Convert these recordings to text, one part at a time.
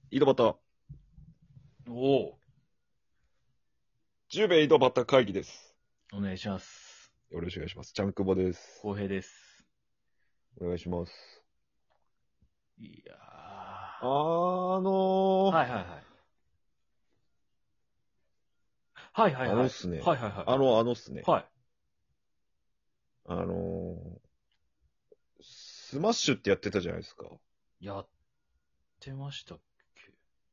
井戸端、 お 10名井戸端会議です。 お、お願いします。 よろしくお願いします。ちゃんくぼです。 浩平です。 お願いします。 いやー。はいはいはい。はいはいはい。 っすね。 はいはいはい。 っすね。 はい。 あのー、スマッシュってやってたじゃないですか。 やってましたっけ？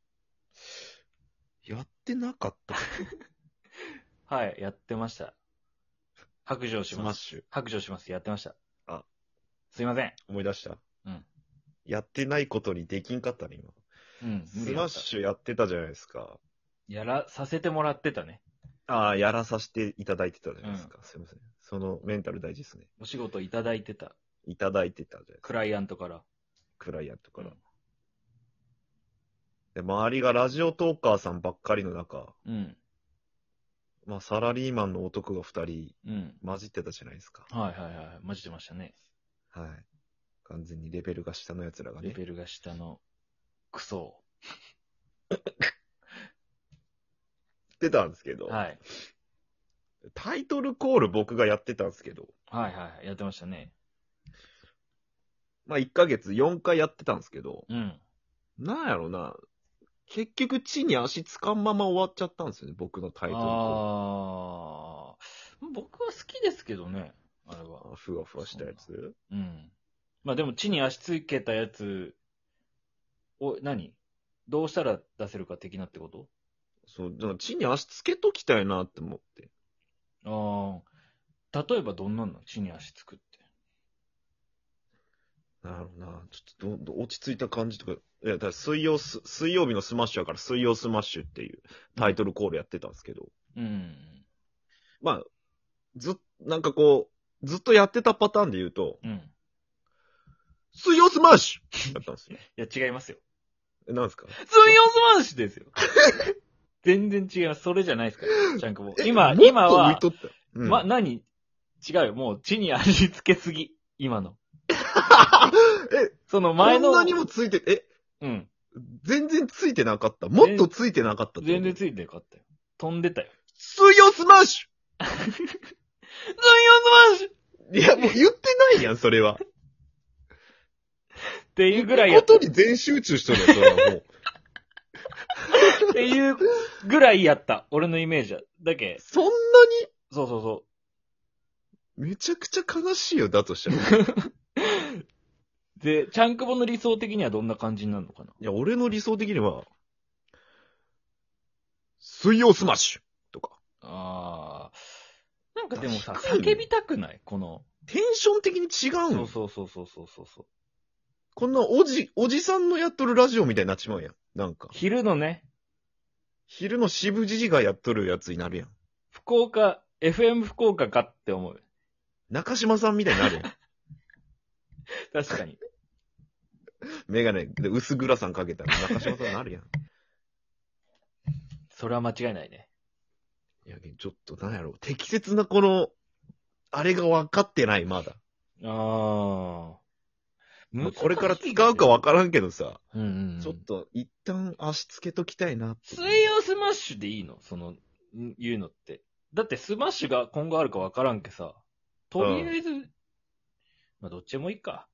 やってなかったっはい、やってました。白状けします。 スマッシュ。 白状します。やってました。 あ、 すいません。 思い出した。 うん。 やってないことにできんかったね、今。 うん、無ス理だった。 マッシュやってたじゃないですか。 させてもらってたね。 やらさせていただいてたじゃうん。 ないですか。すいません。そのメンタル大事ですね。 お仕事いただいてた。 いただいてたじゃないですか。 クライアントから。 クライアントから。 うん。 で、周りがラジオトーカーさんばっかりの中、 うん。 まあ、サラリーマンの男が2人うん。 混じってたじゃないですか。 はいはいはい。マジでましたね。 はい。完全にレベルが下の奴らがね。 レベルが下のクソってたんですけを。 ど、 はい。 タイトルコール僕がやってたんですけど、 はいはい。やってましたね。 まあ1ヶ月4回やってたんですけど、 うん。 なんやろな、結局地に足つかんまま終わっちゃったんですよね、僕のタイトルコ僕は好きですけどね、あれは。 ール。ふわふわしたやつ。 うん。まあでも地に足つけたやつを、どうしたら出せるか的なってこと？ そう、だから地に足つけときたいなって思って。 ああ。例えばどんなんの地に足つくって。 なるほどな。ちょっと落ち着いた感じとか、いや、だから水曜日のスマッシュやから水曜スマッシュっていうタイトルコールやってたんですけど、 うん。 まあ、なんかこう、ずっとやってたパターンで言うと、 うん。い水曜スマッシュだったんですよ。 や、違いますよ。 なんですか？ 水曜スマッシュですよ。全然違います。それじゃないですから、ちゃんくぼ。今もっと浮いは、 とった。うん。 違うよ。もう地に足つけすぎ。今の。そのこ前の、 んなにもついて、 うん。 全然ついてなかった。もっとついてなかったってこと。 全然ついてなかったよ。飛んでたよ。 水曜スマッシ水曜スマッシュュいや、もう言ってないやん、それは。 っていうぐらいこやった。 とに全集中しとるやん、それはもう。 っていうぐらいやった。俺のイメージは。だけ、 そんなにそうそうそめちゃくちゃ悲しいよ、だとしたら。 う。で、ちゃんくぼの理想的にはどんな感じになるのかな？ いや、俺の理想的には、水曜スマッシュとか。 なんかでもさ、 低いね叫びたくないこの。 テンション的に違うんよ。 そうそうそうそうそうそう。 こんなおじさんのやっとるラジオみたいになっちまうやん。なんか。 昼のね、 昼の渋じじがやっとるやつになるやん。 FM 福岡かって思う。 中島さんみたいになるやん。 確かに。 メガネで薄グラサンかけたら中島さんになるやん。 それは間違いないね。 いや、ちょっとなんやろ。適切なこの、あれが分かってない、まだ。まあこれから使うか分からんけどさ、 うんうんうん、 ちょっと一旦足つけときたいなって。 水曜スマッシュでいいの言うのって。だってスマッシュが今後あるかわからんけさ。とりあえず、まあどっちもいいか。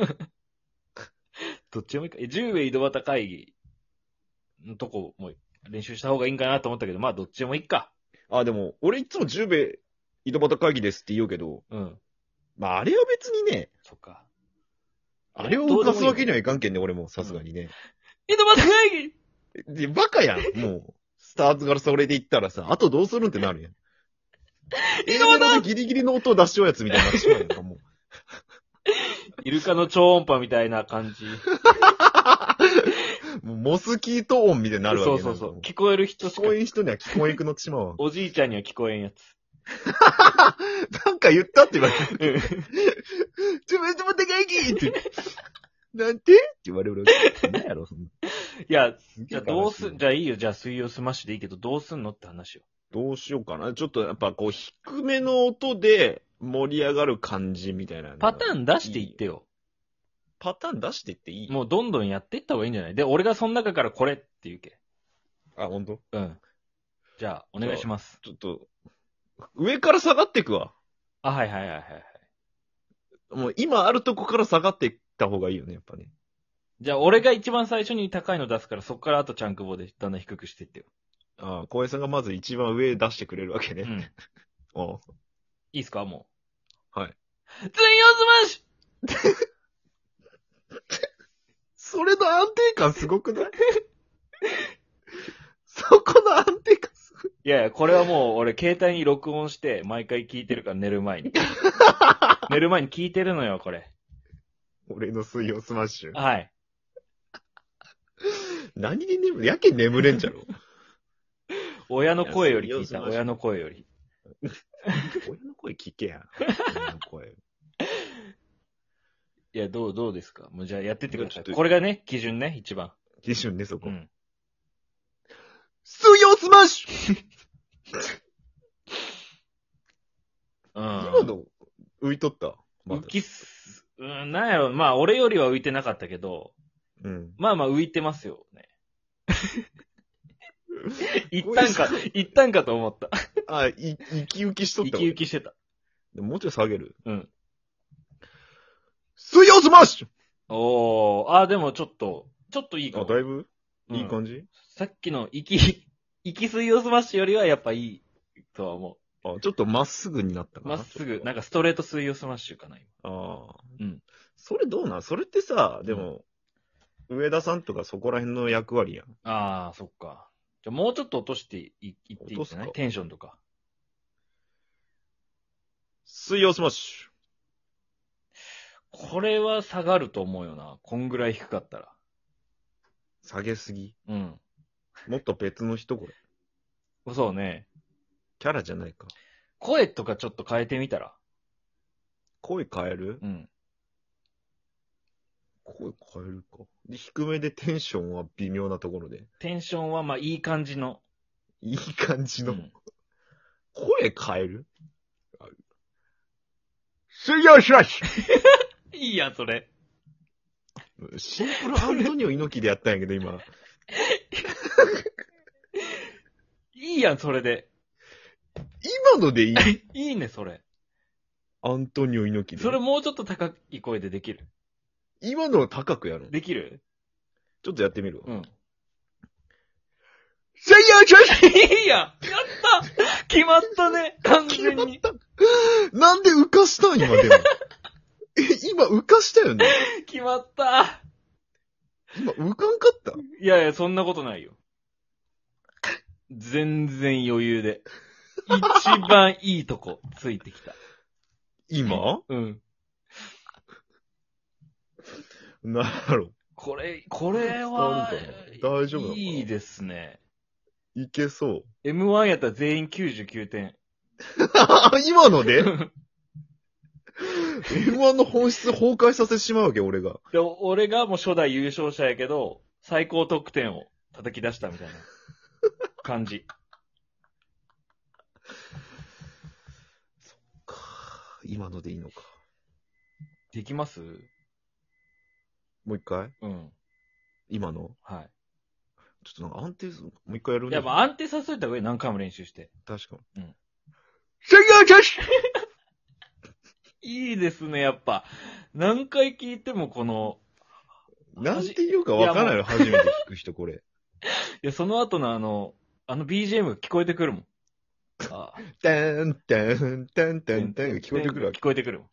どっちもいいか。10名井戸端会議のとこも練習した方がいいんかなと思ったけど、まあどっちもいいか。 でも、俺いつも10名井戸端会議ですって言うけど、 うん。 まああれは別にね、 そっか。 あれを浮かすわけにはいかんけんね、俺もさすがにね。 井戸端会議で、バカやん、もう。スターズからそれで言ったらさ、あとどうするんってなるやん。 井 A 戸メロで端ギリギリの音を出しようやつみたいになってしまうやんか、もう。 イルカの超音波みたいな感じ。 もうモスキート音みたいになるわけそうそうそう。 なんかも聞こえる人しか聞こ。えん人には聞こえんくなってしまうわ。 おじいちゃんには聞こえんやつ。 なんか言ったって言われて。 うんちょ、めっちゃ待って会議って。なんてって言われる。何やろ、そんな。 いや、 じじゃあどうすん、じゃあいいよ。じゃあ水曜スマッシュでいいけど、どうすんのって話よ。 どうしようかな。ちょっとやっぱこう、低めの音で盛り上がる感じみたいなのが。 パターン出していってよ。 パターン出していっていい？ もうどんどんやっていった方がいいんじゃない？で、俺がその中からこれって言うけ。 あ、ほんと？ うん。じゃあ、お願いします。 ちょっと、上から下がっていくわ。 あ、はいはいはいはいはい。 もう今あるとこから下がっていった方がいいよね、やっぱね。 じゃあ、俺が一番最初に高いの出すから、そっからあとチャンクボでだんだん低くしていってよ。 ああ、小江さんがまず一番上出してくれるわけね。 うん。 おういいっすかもはい。 う。水曜スマッシそれの安定感すごくない？そこの安定感すごい。 ュいやいや、これはもう俺携帯に録音して毎回聞いてるから寝る前に。寝る前に聞いてるのよ、これ。 俺の水曜スマッシュ。 はい。 何で眠る？やけん眠れんじゃろ。 親の声より聞いた、 いや水曜スマッシュ親の声より。 親の声聞けや。親の声。 いや、どうですか？もうじゃあやってってください。 ちょっとこれがね、基準ね、一番。 基準ね、そこ。 うん。 水曜スマッシュうん。 今の浮いとったまだ浮きす、なんやろ、まあ俺よりは浮いてなかったけど、 うん。 まあまあ浮いてますよね。一旦かと思った。 あ、息浮きしとった息浮きしてた。 でももうちょい下げる。 うん。 水曜スマッシュでもちょっといいかあ、 も。 だいぶうんいい感じ、 さっきの息水曜スマッシュよりはやっぱいいとは思あ、ちょっとまっすぐになったう。 かな。 まっすぐ、なんかストレート水曜スマッシュかな、今。 ああ。 うん。 それどうなん？それってさ、でも、上田さんとかそこら辺の役割やん。 ああ、そっか。じゃあもうちょっと落としていっていいんじゃない？ 落とすかテンションとか。 水曜スマッシこれは下がると思うよな。こんぐらい低かったら。 ュ。下げすぎ。 うん。 もっと別の人これ。 そうね。 キャラじゃないか。 声とかちょっと変えてみたら。 声変える？ うん。 声変えるか。で、低めでテンションは微妙なところで。 テンションはまあいい感じの。 いい感じの。 うん声変える？水曜スマッシいいやん、それ。 ュシンプルアントニオ猪木でやったんやけど、今。 いいやん、それで。 今のでいい？ いいね、それ。 アントニオ猪木で。 それもうちょっと高い声でできる。 今のを高くやるの？ できる？ ちょっとやってみるわ。 うん。 水曜スマッシュいいやんやった決まったね完全に。 なんで浮かしたん今でも。今浮かしたよね。 決まった今浮かんかった？ いやいや、そんなことないよ。全然余裕で。一番いいとこついてきた。 今うん。 なるこれ伝わはるかな大丈夫なのかないいですね。 いけそう。 M1 やったら全員99点。 今のでM1 の本質崩壊させてしまうわけ、俺が。 で、俺がもう初代優勝者やけど、最高得点を叩き出したみたいな感じ。 今のでいいのか。 できます？ もう一回うん。 今のはちょっとなんか安定する。もう一回やるい。 ね。 いや、まあ安定させといた方がいい。何回も練習して。 確かに。 うん。 水曜女子いいですね、やっぱ。何回聞いてもこの、 なんて言うかわからないの、初めて聞く人、これ。 いや、その後のBGM が聞こえてくるもん。ああタン、タン、タン、タン、タンが聞こえてくるわけ。 聞こえてくるもん。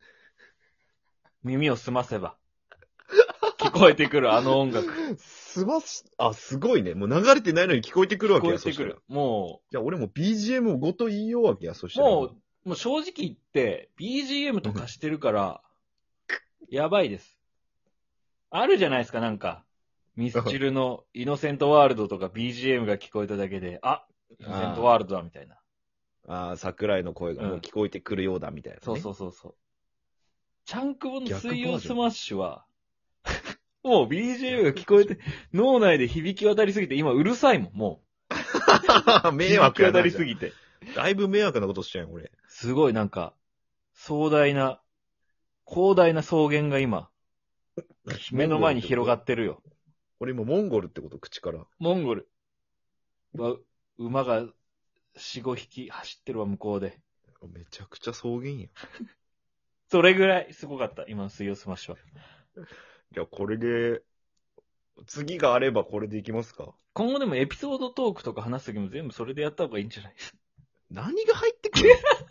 耳を澄ませば。聞こえてくる、あの音楽。 すごいね。もう流れてないのに聞こえてくるわ聞けや、そしたらこえてくる。。もじゃあ俺も BGM をごと言いようわけや、そしう、 たら。 もう正直言って、BGM とかしてるから、やばいです。あるじゃないですか、なんか。ミスチルのイノセントワールドとか BGM が聞こえただけで、あ、イノセントワールドだ、みたいな。 ああ、桜井の声がもう聞こえてくるようだ、みたいな、ねそうそうそうそう。チャンクボの逆バージョン水曜スマッシュは、もう BGM が聞こえて、脳内で響き渡りすぎて、今うるさいもん、もう。 迷惑やな響き渡りすぎて。 だいぶ迷惑なことしちゃうよ、俺。 すごいなんか、広大な草原が今、 目の前に広がってるよ。 俺今モンゴルってこと口から。 モンゴル。馬が4、5匹走ってるわ、向こうで。 めちゃくちゃ草原や。 それぐらいすごかった、今の水曜スマッシュは。 いや、これで、次があればこれでいきますか？ 今後でもエピソードトークとか話すときも全部それでやった方がいいんじゃない何が入ってくる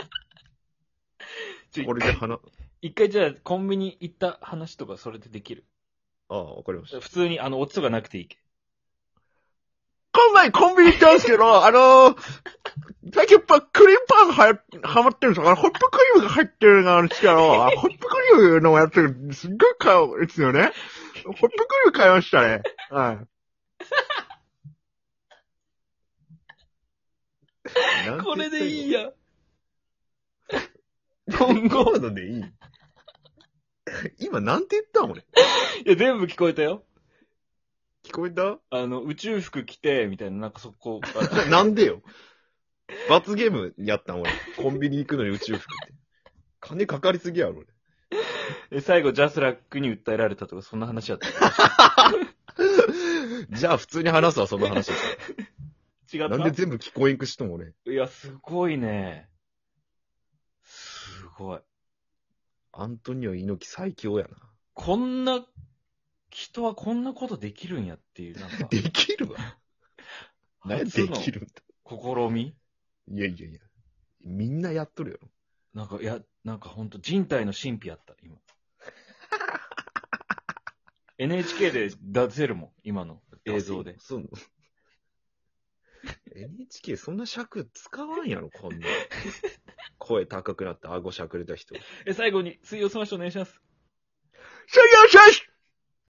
これで一回じゃあコンビニ行った話とかそれでできる。 ああ、わかりました。 普通にオチとかなくていいけ。 この前コンビニ行ったんですけど、最近やっぱクリームパンがハマってるんですよ。ホイップクリームが入ってるのなんですけど、ホイップクリームのやつがすっごい買うんですよね。ホイップクリーム買いましたね。はい。 これでいいや。 今後のでいい今なんて言ったん俺。 いや、全部聞こえたよ。 聞こえた？ 宇宙服着て、みたいな、なんかそこから。 なんでよ。罰ゲームやったん俺。コンビニ行くのに宇宙服って。金かかりすぎやろ俺。最後ジャスラックに訴えられたとか、そんな話やった。 じゃあ普通に話すわ、その話。 違った。 なんで全部聞こえんくしとん俺。 いや、すごいね。すごい。 アントニオ猪木最強やな。 人はこんなことできるんやっていう、なんか。 できるわ。何できるんだ。 試み？ いやいやいや。みんなやっとるよ。 なんかほんと人体の神秘やった、今。NHK で出せるもん、今の映像で。 そう。NHK そんな尺使わんやろ、こんな。声高くなって顎しゃくれた人。 最後に水曜スマッシュお願いします。 水曜スマッシュ